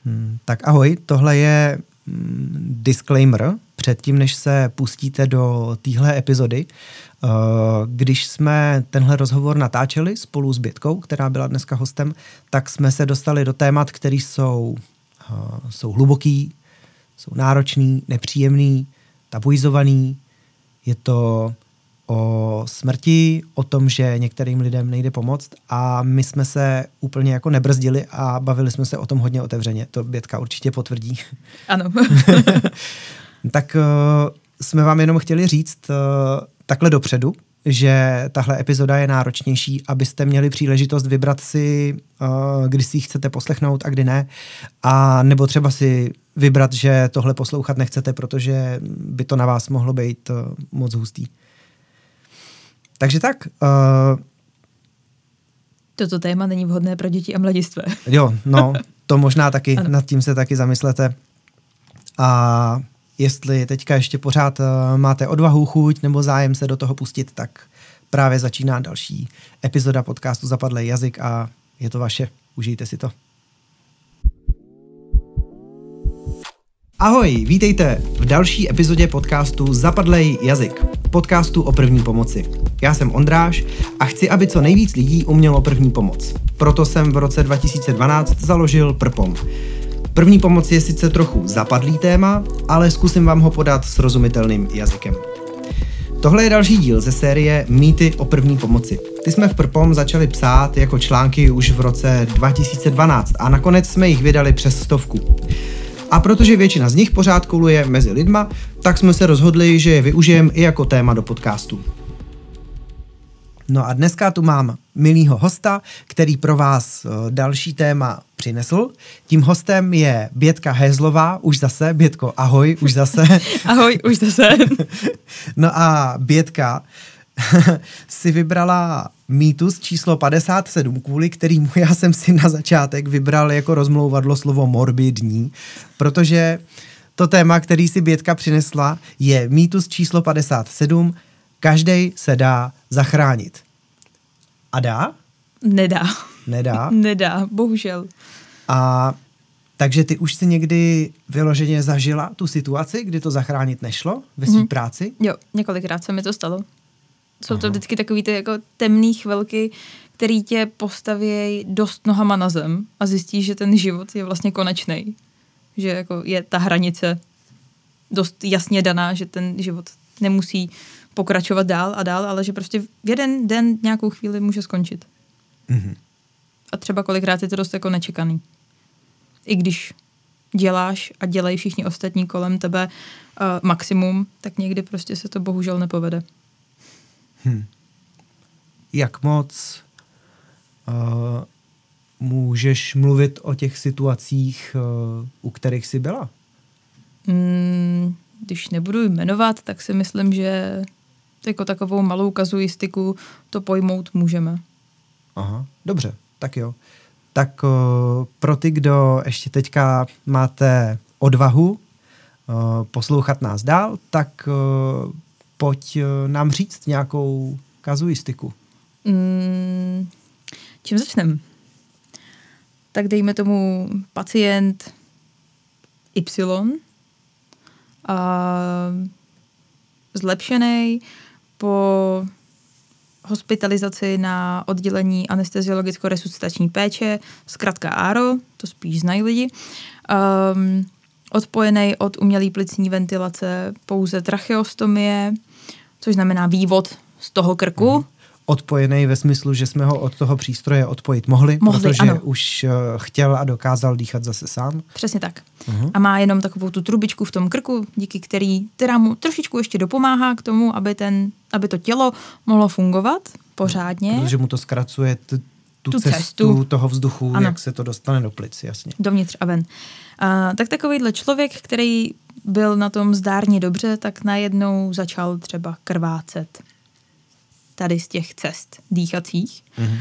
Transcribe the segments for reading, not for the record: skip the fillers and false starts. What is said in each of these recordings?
Tak ahoj, tohle je disclaimer předtím, než se pustíte do téhle epizody. Když jsme tenhle rozhovor natáčeli spolu s Bětkou, která byla dneska hostem, tak jsme se dostali do témat, které jsou hluboký, jsou náročný, nepříjemný, tabuizovaný. Je to o smrti, o tom, že některým lidem nejde pomoct a my jsme se úplně jako nebrzdili a bavili jsme se o tom hodně otevřeně. To Bětka určitě potvrdí. Ano. Tak jsme vám jenom chtěli říct takhle dopředu, že tahle epizoda je náročnější, abyste měli příležitost vybrat si, kdy si ji chcete poslechnout a kdy ne. A nebo třeba si vybrat, že tohle poslouchat nechcete, protože by to na vás mohlo být moc hustý. Takže tak. Toto téma není vhodné pro děti a mladistvé. Jo, no, to možná taky, nad tím se taky zamyslete. A jestli teďka ještě pořád máte odvahu, chuť nebo zájem se do toho pustit, tak právě začíná další epizoda podcastu Zapadlej jazyk a je to vaše. Užijte si to. Ahoj, vítejte v další epizodě podcastu Zapadlej jazyk, podcastu o první pomoci. Já jsem Ondráš a chci, aby co nejvíc lidí umělo první pomoc. Proto jsem v roce 2012 založil Prpom. První pomoc je sice trochu zapadlý téma, ale zkusím vám ho podat srozumitelným jazykem. Tohle je další díl ze série Mýty o první pomoci. Ty jsme v Prpom začali psát jako články už v roce 2012 a nakonec jsme jich vydali přes 100. A protože většina z nich pořád koluje mezi lidma, tak jsme se rozhodli, že je využijeme i jako téma do podcastu. No a dneska tu mám milýho hosta, který pro vás další téma přinesl. Tím hostem je Bětka Hézlová, už zase. Bětko, ahoj, už zase. Ahoj, už zase. No a Bětka si vybrala mýtus číslo 57, kvůli kterému já jsem si na začátek vybral jako rozmlouvadlo slovo morbidní, protože to téma, který si Bětka přinesla, je mýtus číslo 57, každej se dá zachránit. A dá? Nedá. Nedá? Nedá, bohužel. A takže ty už si někdy vyloženě zažila tu situaci, kdy to zachránit nešlo ve své práci? Jo, několikrát se mi to stalo. Jsou to vždycky takový ty jako temný chvilky, který tě postaví dost nohama na zem a zjistíš, že ten život je vlastně konečnej. Že jako je ta hranice dost jasně daná, že ten život nemusí pokračovat dál a dál, ale že prostě v jeden den nějakou chvíli může skončit. Mm-hmm. A třeba kolikrát je to dost jako nečekaný. I když děláš a dělají všichni ostatní kolem tebe maximum, tak někdy prostě se to bohužel nepovede. Jak moc můžeš mluvit o těch situacích, u kterých jsi byla? Když nebudu jmenovat, tak si myslím, že jako takovou malou kazuistiku to pojmout můžeme. Aha, dobře, tak jo. Tak pro ty, kdo ještě teďka máte odvahu poslouchat nás dál, tak pojď nám říct nějakou kazuistiku. Čím začneme? Tak dejme tomu pacient Y, zlepšenej po hospitalizaci na oddělení anesteziologicko-resuscitační péče, zkrátka ARO, to spíš znají lidi, odpojený od umělé plicní ventilace pouze tracheostomie, což znamená vývod z toho krku. Odpojený ve smyslu, že jsme ho od toho přístroje odpojit mohli, protože ano. Už chtěl a dokázal dýchat zase sám. Přesně tak. A má jenom takovou tu trubičku v tom krku, díky která mu trošičku ještě dopomáhá k tomu, aby to tělo mohlo fungovat pořádně. Protože mu to zkracuje tu cestu toho vzduchu, ano. Jak se to dostane do plic, jasně. Dovnitř a ven. Tak takovýhle člověk, který byl na tom zdárně dobře, tak najednou začal třeba krvácet. Tady z těch cest dýchacích.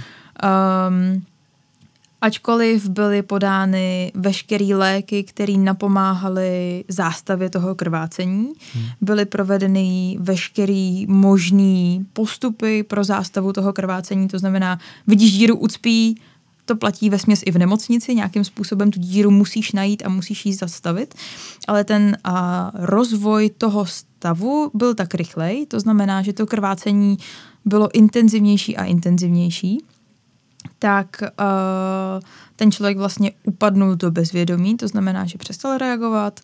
Ačkoliv byly podány veškeré léky, které napomáhaly zástavě toho krvácení, byly provedeny veškeré možné postupy pro zástavu toho krvácení, to znamená, vidíš díru, ucpí, to platí vesměs i v nemocnici, nějakým způsobem tu díru musíš najít a musíš ji zastavit, ale ten rozvoj toho stavu byl tak rychlej, to znamená, že to krvácení bylo intenzivnější a intenzivnější, tak ten člověk vlastně upadnul do bezvědomí, to znamená, že přestal reagovat,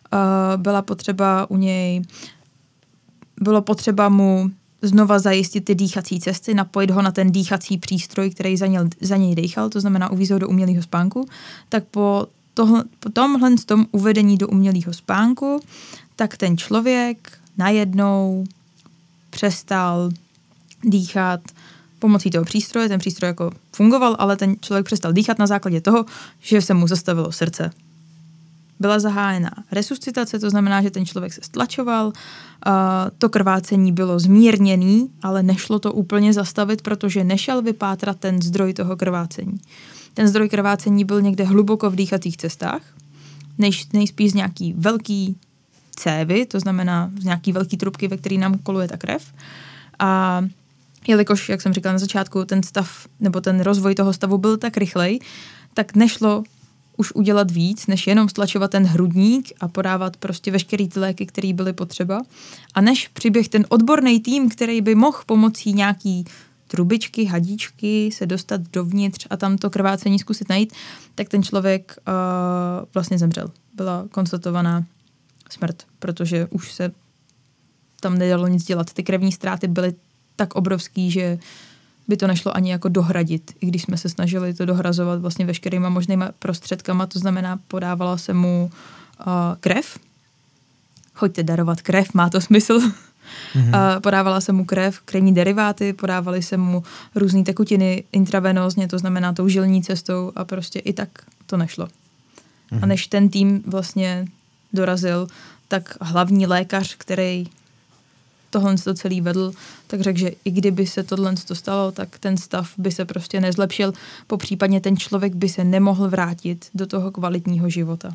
bylo potřeba mu znova zajistit ty dýchací cesty, napojit ho na ten dýchací přístroj, který za něj dýchal, to znamená uvízt ho do umělého spánku, tak po tomhle uvedení do umělého spánku, tak ten člověk najednou přestal dýchat pomocí toho přístroje, ten přístroj jako fungoval, ale ten člověk přestal dýchat na základě toho, že se mu zastavilo srdce. Byla zahájena resuscitace, to znamená, že ten člověk se stlačoval, to krvácení bylo zmírněný, ale nešlo to úplně zastavit, protože nešel vypátrat ten zdroj toho krvácení. Ten zdroj krvácení byl někde hluboko v dýchacích cestách, nejspíš z nějaký velký cévy, to znamená z nějaký velký trubky, ve který nám koluje ta krev. A jelikož, jak jsem říkala na začátku, ten stav nebo ten rozvoj toho stavu byl tak rychlej, tak nešlo už udělat víc, než jenom stlačovat ten hrudník a podávat prostě veškerý ty léky, které byly potřeba. A než přiběh ten odborný tým, který by mohl pomocí nějaký trubičky, hadíčky se dostat dovnitř a tam to krvácení zkusit najít, tak ten člověk vlastně zemřel. Byla konstatovaná smrt, protože už se tam nedalo nic dělat. Ty krevní ztráty byly tak obrovský, že by to nešlo ani jako dohradit, i když jsme se snažili to dohrazovat vlastně veškerýma možnýma prostředkama, to znamená podávala se mu krev. Choďte darovat krev, má to smysl. Podávala se mu krev, krevní deriváty, podávaly se mu různé tekutiny intravenózně, to znamená tou žilní cestou a prostě i tak to nešlo. A než ten tým vlastně dorazil, tak hlavní lékař, který tohle to celý vedl, tak řekl, že i kdyby se tohle stalo, tak ten stav by se prostě nezlepšil, popřípadně ten člověk by se nemohl vrátit do toho kvalitního života.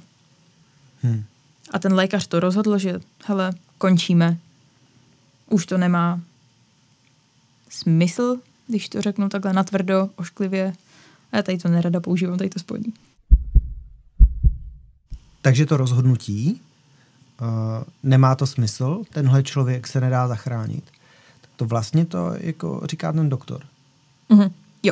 A ten lékař to rozhodl, že hele, končíme. Už to nemá smysl, když to řeknu takhle natvrdo, ošklivě. A já tady to nerada používám, tady to spojení. Takže to rozhodnutí nemá to smysl, tenhle člověk se nedá zachránit. To vlastně to jako říká ten doktor. Jo.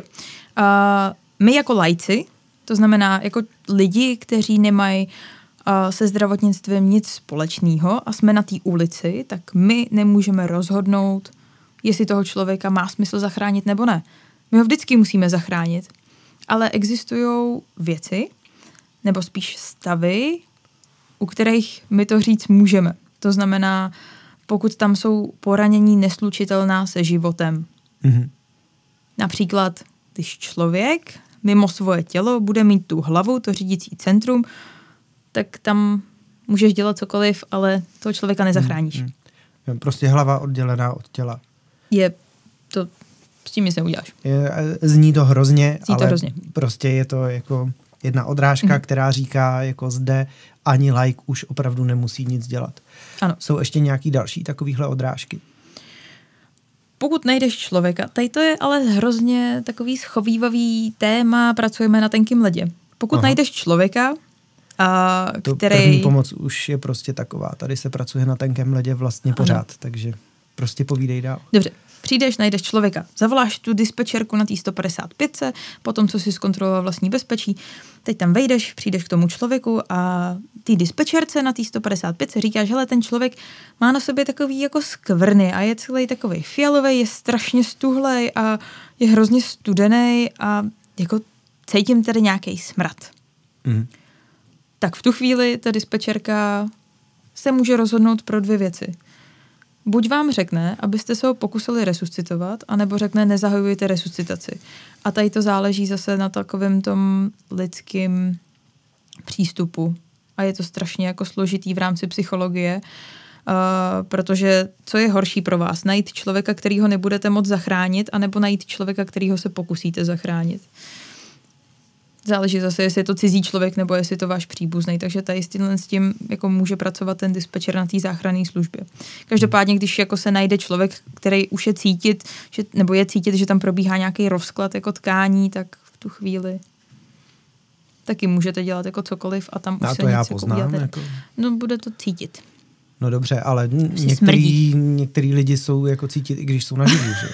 My jako laici, to znamená jako lidi, kteří nemají se zdravotnictvím nic společného a jsme na té ulici, tak my nemůžeme rozhodnout, jestli toho člověka má smysl zachránit nebo ne. My ho vždycky musíme zachránit, ale existují věci, nebo spíš stavy, u kterých my to říct můžeme. To znamená, pokud tam jsou poranění neslučitelná se životem. Například, když člověk mimo svoje tělo bude mít tu hlavu, to řídící centrum, tak tam můžeš dělat cokoliv, ale toho člověka nezachráníš. Prostě hlava oddělená od těla. S tím nic neuděláš. Zní to hrozně, ale hrozně. Prostě je to jako jedna odrážka, která říká, jako zde ani laik už opravdu nemusí nic dělat. Ano. Jsou ještě nějaký další takovýhle odrážky? Pokud najdeš člověka, tady to je ale hrozně takový schovívavý téma, pracujeme na tenkým ledě. Pokud najdeš člověka, který... První pomoc už je prostě taková. Tady se pracuje na tenkém ledě vlastně pořád, takže prostě povídej dál. Dobře. Přijdeš, najdeš člověka, zavoláš tu dispečerku na té 155, potom, co si zkontroloval vlastní bezpečí, teď tam vejdeš, přijdeš k tomu člověku a té dispečerce na té 155 říkáš, hele, ten člověk má na sobě takový jako skvrny a je celý takovej fialový, je strašně stuhlej a je hrozně studený a jako cítím tady nějaký smrad. Tak v tu chvíli ta dispečerka se může rozhodnout pro dvě věci. Buď vám řekne, abyste se ho pokusili resuscitovat, anebo řekne, nezahajujte resuscitaci. A tady to záleží zase na takovém tom lidském přístupu. A je to strašně jako složitý v rámci psychologie, protože co je horší pro vás? Najít člověka, kterýho nebudete moct zachránit, anebo najít člověka, kterýho se pokusíte zachránit. Záleží zase, jestli je to cizí člověk, nebo jestli je to váš příbuzný. Takže tady s tím jako může pracovat ten dispečer na té záchranné službě. Každopádně, když jako se najde člověk, který už je cítit, nebo je cítit, že tam probíhá nějaký rozklad jako tkání, tak v tu chvíli. Taky můžete dělat jako cokoliv a tam už a se to nic já jako poznám, udělat. jako... No bude to cítit. No dobře, ale některý lidi jsou jako cítit, i když jsou naživu, že?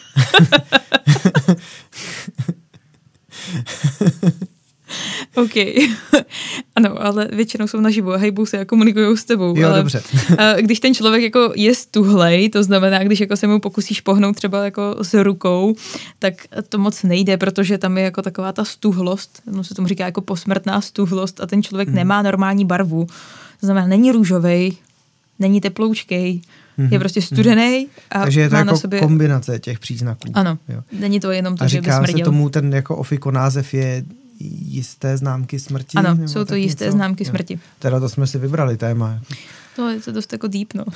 OK. Ano, ale většinou jsou naživu a hejbou se a komunikujou s tebou. Jo, ale dobře. když ten člověk jako je stuhlej, to znamená, když jako se mu pokusíš pohnout třeba jako s rukou, tak to moc nejde, protože tam je jako taková ta stuhlost, no se tomu říká jako posmrtná stuhlost a ten člověk nemá normální barvu. To znamená, není růžovej, není teploučkej, je prostě studený. Takže je to má jako na sobě... kombinace těch příznaků. Ano, jo. není to jenom to, a že by smrděl. A říká se tomu ten jako ofiko název je jisté známky smrti? Ano, jsou to jisté něco? Známky smrti. Jo. Teda to jsme si vybrali téma. To je to dost jako deep, no.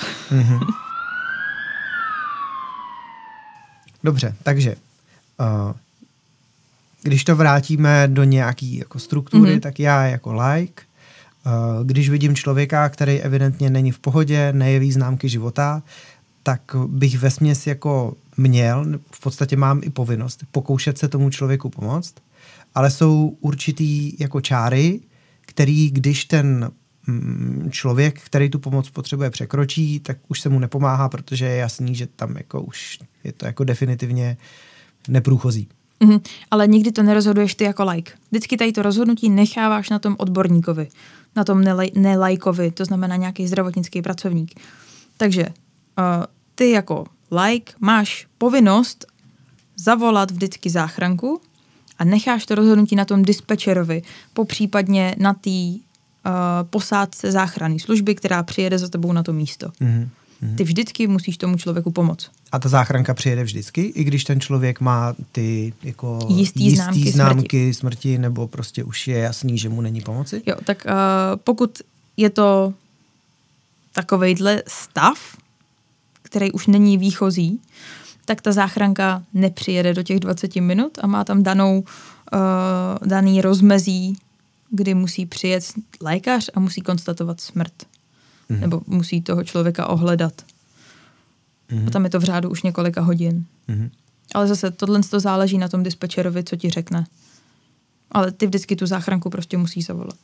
Dobře, takže když to vrátíme do nějaký jako struktury, tak já jako like, když vidím člověka, který evidentně není v pohodě, nejeví známky života, tak bych vesměs jako měl, v podstatě mám i povinnost pokoušet se tomu člověku pomoct, ale jsou určitý jako čáry, který když ten člověk, který tu pomoc potřebuje, překročí, tak už se mu nepomáhá, protože je jasný, že tam jako už je to jako definitivně neprůchozí. Ale nikdy to nerozhoduješ ty jako like. Vždycky tady to rozhodnutí necháváš na tom odborníkovi, na tom nelajkovi, to znamená nějaký zdravotnický pracovník. Takže ty jako like máš povinnost zavolat vždycky záchranku a necháš to rozhodnutí na tom dispečerovi, popřípadně na té posádce záchranné služby, která přijede za tebou na to místo. Ty vždycky musíš tomu člověku pomoct. A ta záchranka přijede vždycky, i když ten člověk má ty jako jistý známky smrti, nebo prostě už je jasný, že mu není pomoci? Jo, tak pokud je to takovejhle stav, který už není výchozí, tak ta záchranka nepřijede do těch 20 minut a má tam daný rozmezí, kdy musí přijet lékař a musí konstatovat smrt. Nebo musí toho člověka ohledat. A tam je to v řádu už několika hodin. Ale zase tohle to záleží na tom dispečerovi, co ti řekne. Ale ty vždycky tu záchranku prostě musíš zavolat.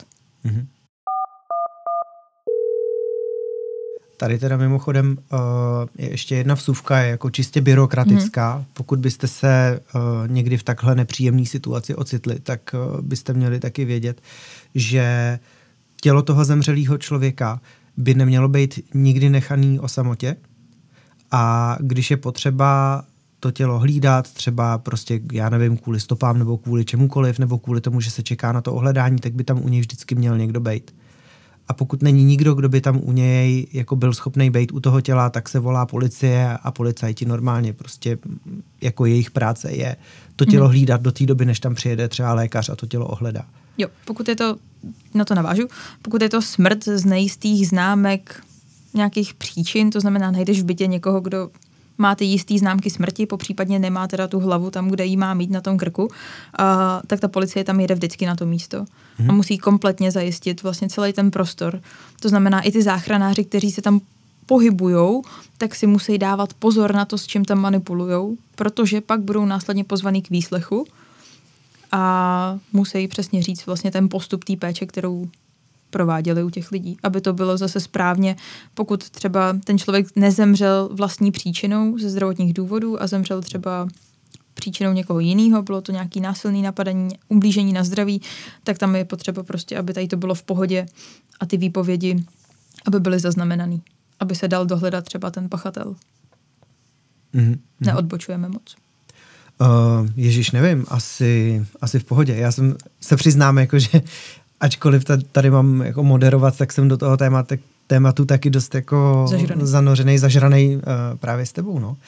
Tady teda mimochodem je ještě jedna vsuvka, je jako čistě byrokratická. Pokud byste se někdy v takhle nepříjemné situaci ocitli, tak byste měli taky vědět, že tělo toho zemřelého člověka by nemělo být nikdy nechaný o samotě a když je potřeba to tělo hlídat, třeba prostě, já nevím, kvůli stopám nebo kvůli čemukoliv, nebo kvůli tomu, že se čeká na to ohledání, tak by tam u něj vždycky měl někdo bejt. A pokud není nikdo, kdo by tam u něj jako byl schopný bejt u toho těla, tak se volá policie a policajti normálně prostě jako jejich práce je to tělo hlídat do té doby, než tam přijede třeba lékař a to tělo ohledá. Jo, pokud je to, na to navážu, pokud je to smrt z nejistých známek nějakých příčin, to znamená, najdeš v bytě někoho, kdo má ty jistý známky smrti, popřípadně nemá teda tu hlavu tam, kde jí má mít na tom krku, tak ta policie tam jede vždycky na to místo a musí kompletně zajistit vlastně celý ten prostor. To znamená i ty záchranáři, kteří se tam pohybujou, tak si musí dávat pozor na to, s čím tam manipulujou, protože pak budou následně pozvaný k výslechu a musí přesně říct vlastně ten postup té péče, kterou prováděli u těch lidí, aby to bylo zase správně, pokud třeba ten člověk nezemřel vlastní příčinou ze zdravotních důvodů a zemřel třeba příčinou někoho jiného, bylo to nějaký násilný napadení, ublížení na zdraví, tak tam je potřeba prostě, aby tady to bylo v pohodě a ty výpovědi, aby byly zaznamenaný, aby se dal dohledat třeba ten pachatel. Neodbočujeme moc. Ježíš, nevím, asi v pohodě. Já jsem se přiznám, jako, že ačkoliv tady mám jako moderovat, tak jsem do toho tématu taky dost jako zanořený, zažranej právě s tebou. No.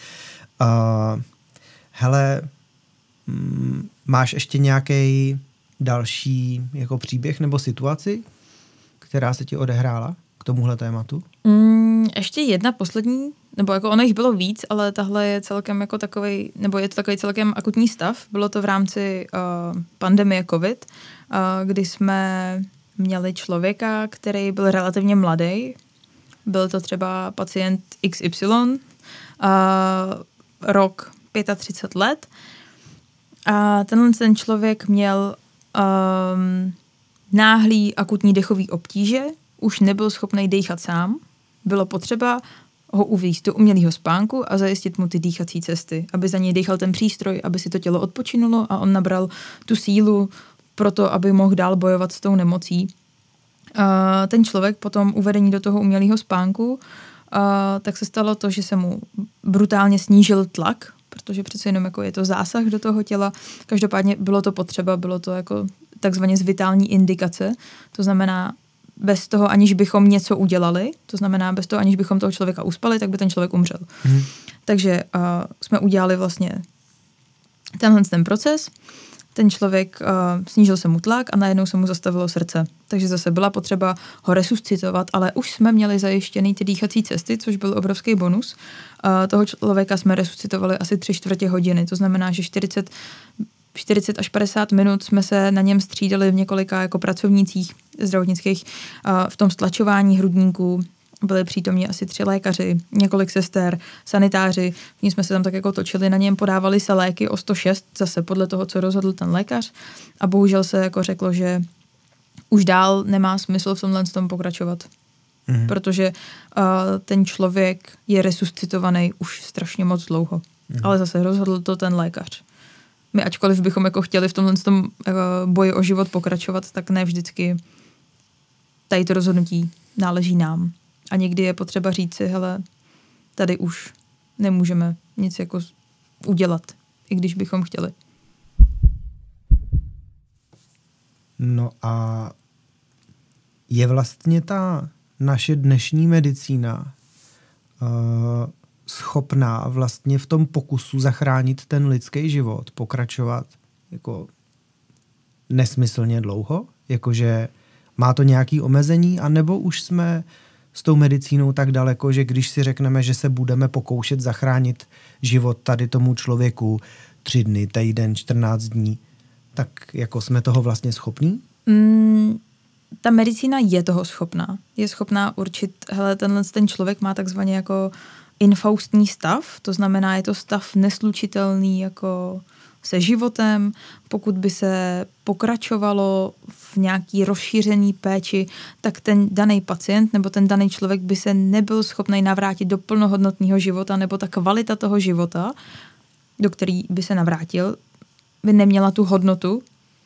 Hele, máš ještě nějaký další jako příběh nebo situaci, která se ti odehrála k tomuhle tématu? Ještě jedna poslední, nebo jako ono jich bylo víc, ale tahle je celkem jako takovej, nebo je to takový celkem akutní stav. Bylo to v rámci pandemie COVID, kdy jsme měli člověka, který byl relativně mladý. Byl to třeba pacient XY, rok 35 let A ten člověk měl náhlý akutní dechový obtíže, už nebyl schopný dýchat sám. Bylo potřeba ho uvést do umělého spánku a zajistit mu ty dýchací cesty, aby za něj dýchal ten přístroj, aby si to tělo odpočinulo a on nabral tu sílu pro to, aby mohl dál bojovat s tou nemocí. Ten člověk potom uvedení do toho umělého spánku, tak se stalo to, že se mu brutálně snížil tlak, protože přece jenom jako je to zásah do toho těla. Každopádně bylo to potřeba, bylo to jako takzvaně z vitální indikace, to znamená bez toho, aniž bychom něco udělali, to znamená bez toho, aniž bychom toho člověka uspali, tak by ten člověk umřel. Takže jsme udělali vlastně ten proces, ten člověk snížil se mu tlak a najednou se mu zastavilo srdce. Takže zase byla potřeba ho resuscitovat, ale už jsme měli zajištěný ty dýchací cesty, což byl obrovský bonus. Toho člověka jsme resuscitovali asi 3/4 hodiny, to znamená, že 40 až 50 minut jsme se na něm střídali v několika jako pracovnících zdravotnických v tom stlačování hrudníků. Byli přítomní asi 3 lékaři, několik sester, sanitáři. My jsme se tam tak jako točili, na něm podávali se léky o 106, zase podle toho, co rozhodl ten lékař. A bohužel se jako řeklo, že už dál nemá smysl v tomhle tom pokračovat. Protože ten člověk je resuscitovaný už strašně moc dlouho. Ale zase rozhodl to ten lékař. My ačkoliv bychom jako chtěli v tomhle tom boji o život pokračovat, tak ne vždycky tady to rozhodnutí náleží nám. A někdy je potřeba říct si, hele, tady už nemůžeme nic jako udělat, i když bychom chtěli. No a je vlastně ta naše dnešní medicína schopná vlastně v tom pokusu zachránit ten lidský život, pokračovat jako nesmyslně dlouho? Jakože má to nějaké omezení, anebo už jsme s tou medicínou tak daleko, že když si řekneme, že se budeme pokoušet zachránit život tady tomu člověku 3 dny, týden, 14 dní, tak jako jsme toho vlastně schopní? Ta medicína je toho schopná. Je schopná určit, hele, ten člověk má takzvaně jako infaustní stav, to znamená, je to stav neslučitelný jako se životem. Pokud by se pokračovalo v nějaký rozšířený péči, tak ten daný pacient nebo ten daný člověk by se nebyl schopný navrátit do plnohodnotného života, nebo ta kvalita toho života, do který by se navrátil, by neměla tu hodnotu,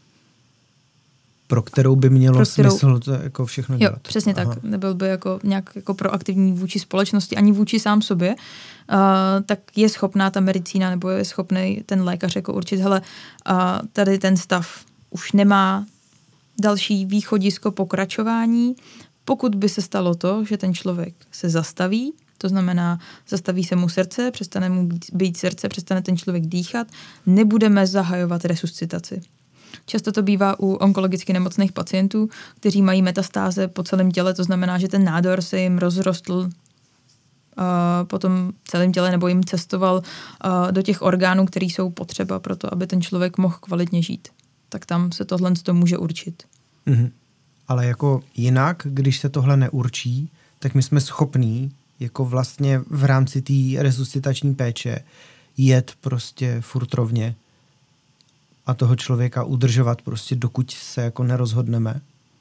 pro kterou by mělo smysl to jako všechno dělat. Jo, přesně tak. Nebyl by jako nějak jako proaktivní vůči společnosti, ani vůči sám sobě, tak je schopná ta medicína nebo je schopný ten lékař jako určit, hele, tady ten stav už nemá další východisko pokračování. Pokud by se stalo to, že ten člověk se zastaví, to znamená, zastaví se mu srdce, přestane mu být srdce, přestane ten člověk dýchat, nebudeme zahajovat resuscitaci. Často to bývá u onkologicky nemocných pacientů, kteří mají metastáze po celém těle, to znamená, že ten nádor se jim rozrostl po tom celém těle nebo jim cestoval do těch orgánů, které jsou potřeba pro to, aby ten člověk mohl kvalitně žít. Tak tam se tohle může určit. Ale jako jinak, když se tohle neurčí, tak my jsme schopní jako vlastně v rámci té resuscitační péče jet prostě furt rovně a toho člověka udržovat prostě, dokud se jako nerozhodneme.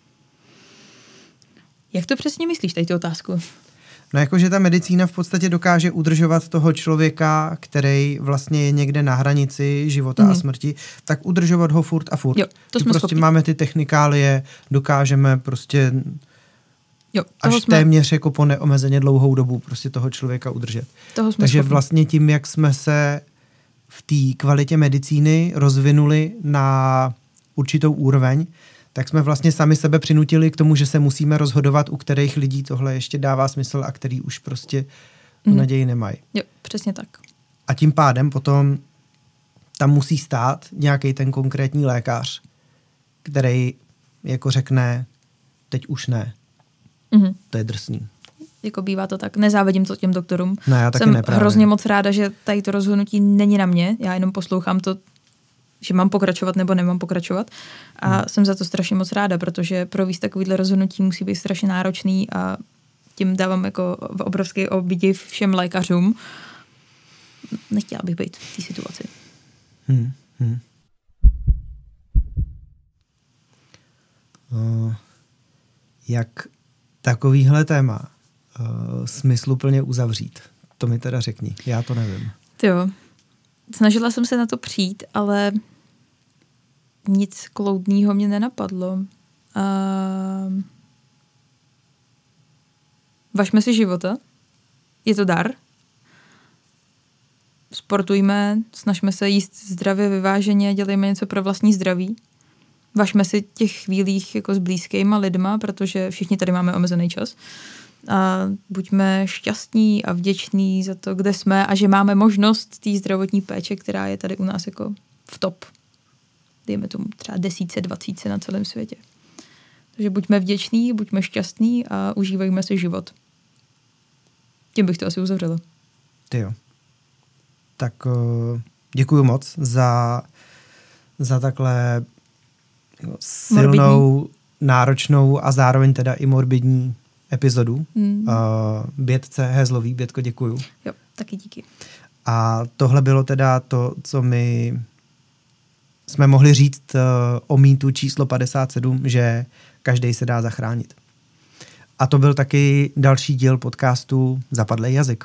Jak to přesně myslíš, tady tu otázku? No jakože ta medicína v podstatě dokáže udržovat toho člověka, který vlastně je někde na hranici života a smrti, tak udržovat ho furt a furt. Jo, to jsme prostě schopni. máme ty technikálie, dokážeme prostě až téměř jako po neomezeně dlouhou dobu prostě toho člověka udržet. Takže vlastně tím, jak jsme se v té kvalitě medicíny rozvinuli na určitou úroveň, tak jsme vlastně sami sebe přinutili k tomu, že se musíme rozhodovat, u kterých lidí tohle ještě dává smysl a který už prostě tu naději nemají. Jo, přesně tak. A tím pádem potom tam musí stát nějaký ten konkrétní lékař, který jako řekne, teď už ne. To je drsný. Jako bývá to tak. Nezávidím to těm doktorům. No, já taky Jsem neprávě. hrozně moc ráda, že tady to rozhodnutí není na mě. Já jenom poslouchám to, že mám pokračovat nebo nemám pokračovat. A jsem za to strašně moc ráda, protože provést takovýhle rozhodnutí musí být strašně náročný a tím dávám jako obrovský obdiv všem lékařům. Nechtěla bych být v té situaci. Jak takovýhle téma smysluplně uzavřít? To mi teda řekni, já to nevím. Jo, snažila jsem se na to přijít, ale nic kloudného mě nenapadlo. Važme si života. Je to dar. Sportujme, snažme se jíst zdravě, vyváženě, dělejme něco pro vlastní zdraví. Važme si těch chvílích jako s blízkýma lidma, protože všichni tady máme omezený čas. A buďme šťastní a vděční za to, kde jsme a že máme možnost té zdravotní péče, která je tady u nás jako v top. Dejme tomu třeba 10, 20 na celém světě. Takže buďme vděční, buďme šťastní a užívejme si život. Tím bych to asi uzavřela. Ty jo. Tak děkuju moc za takhle silnou, náročnou a zároveň teda i morbidní epizodu. Bětce Hézlový, Bětko, děkuju. Jo, taky díky. A tohle bylo teda to, co my jsme mohli říct o mýtu číslo 57, že každej se dá zachránit. A to byl taky další díl podcastu Zapadlej jazyk.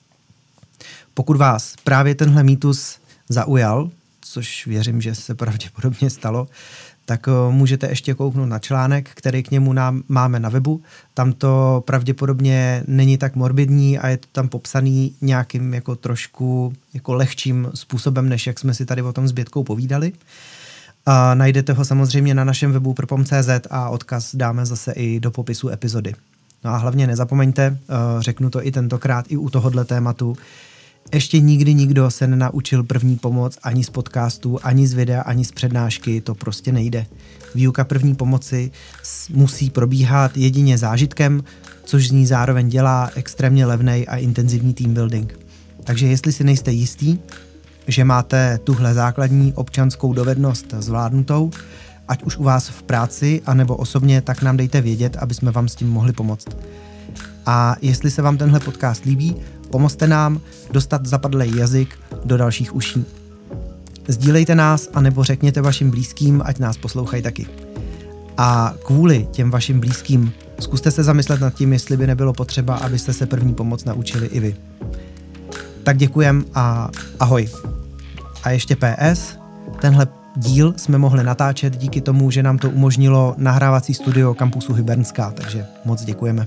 Pokud vás právě tenhle mýtus zaujal, což věřím, že se pravděpodobně stalo, tak můžete ještě kouknout na článek, který k němu máme na webu. Tam to pravděpodobně není tak morbidní a je to tam popsaný nějakým jako trošku jako lehčím způsobem, než jak jsme si tady o tom s Bětkou povídali. A najdete ho samozřejmě na našem webu propom.cz a odkaz dáme zase i do popisu epizody. No a hlavně nezapomeňte, řeknu to i tentokrát i u tohohle tématu, ještě nikdy nikdo se nenaučil první pomoc ani z podcastu, ani z videa, ani z přednášky, to prostě nejde. Výuka první pomoci musí probíhat jedině zážitkem, což z ní zároveň dělá extrémně levnej a intenzivní team building. Takže jestli si nejste jistí, že máte tuhle základní občanskou dovednost zvládnutou, ať už u vás v práci, anebo osobně, tak nám dejte vědět, aby jsme vám s tím mohli pomoct. A jestli se vám tenhle podcast líbí, pomozte nám dostat zapadlej jazyk do dalších uší. Sdílejte nás, anebo řekněte vašim blízkým, ať nás poslouchají taky. A kvůli těm vašim blízkým zkuste se zamyslet nad tím, jestli by nebylo potřeba, abyste se první pomoc naučili i vy. Tak děkujem a ahoj. A ještě PS, tenhle díl jsme mohli natáčet díky tomu, že nám to umožnilo nahrávací studio kampusu Hybernská, takže moc děkujeme.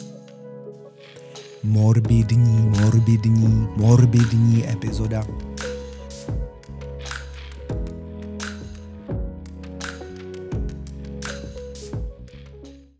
Morbidní epizoda.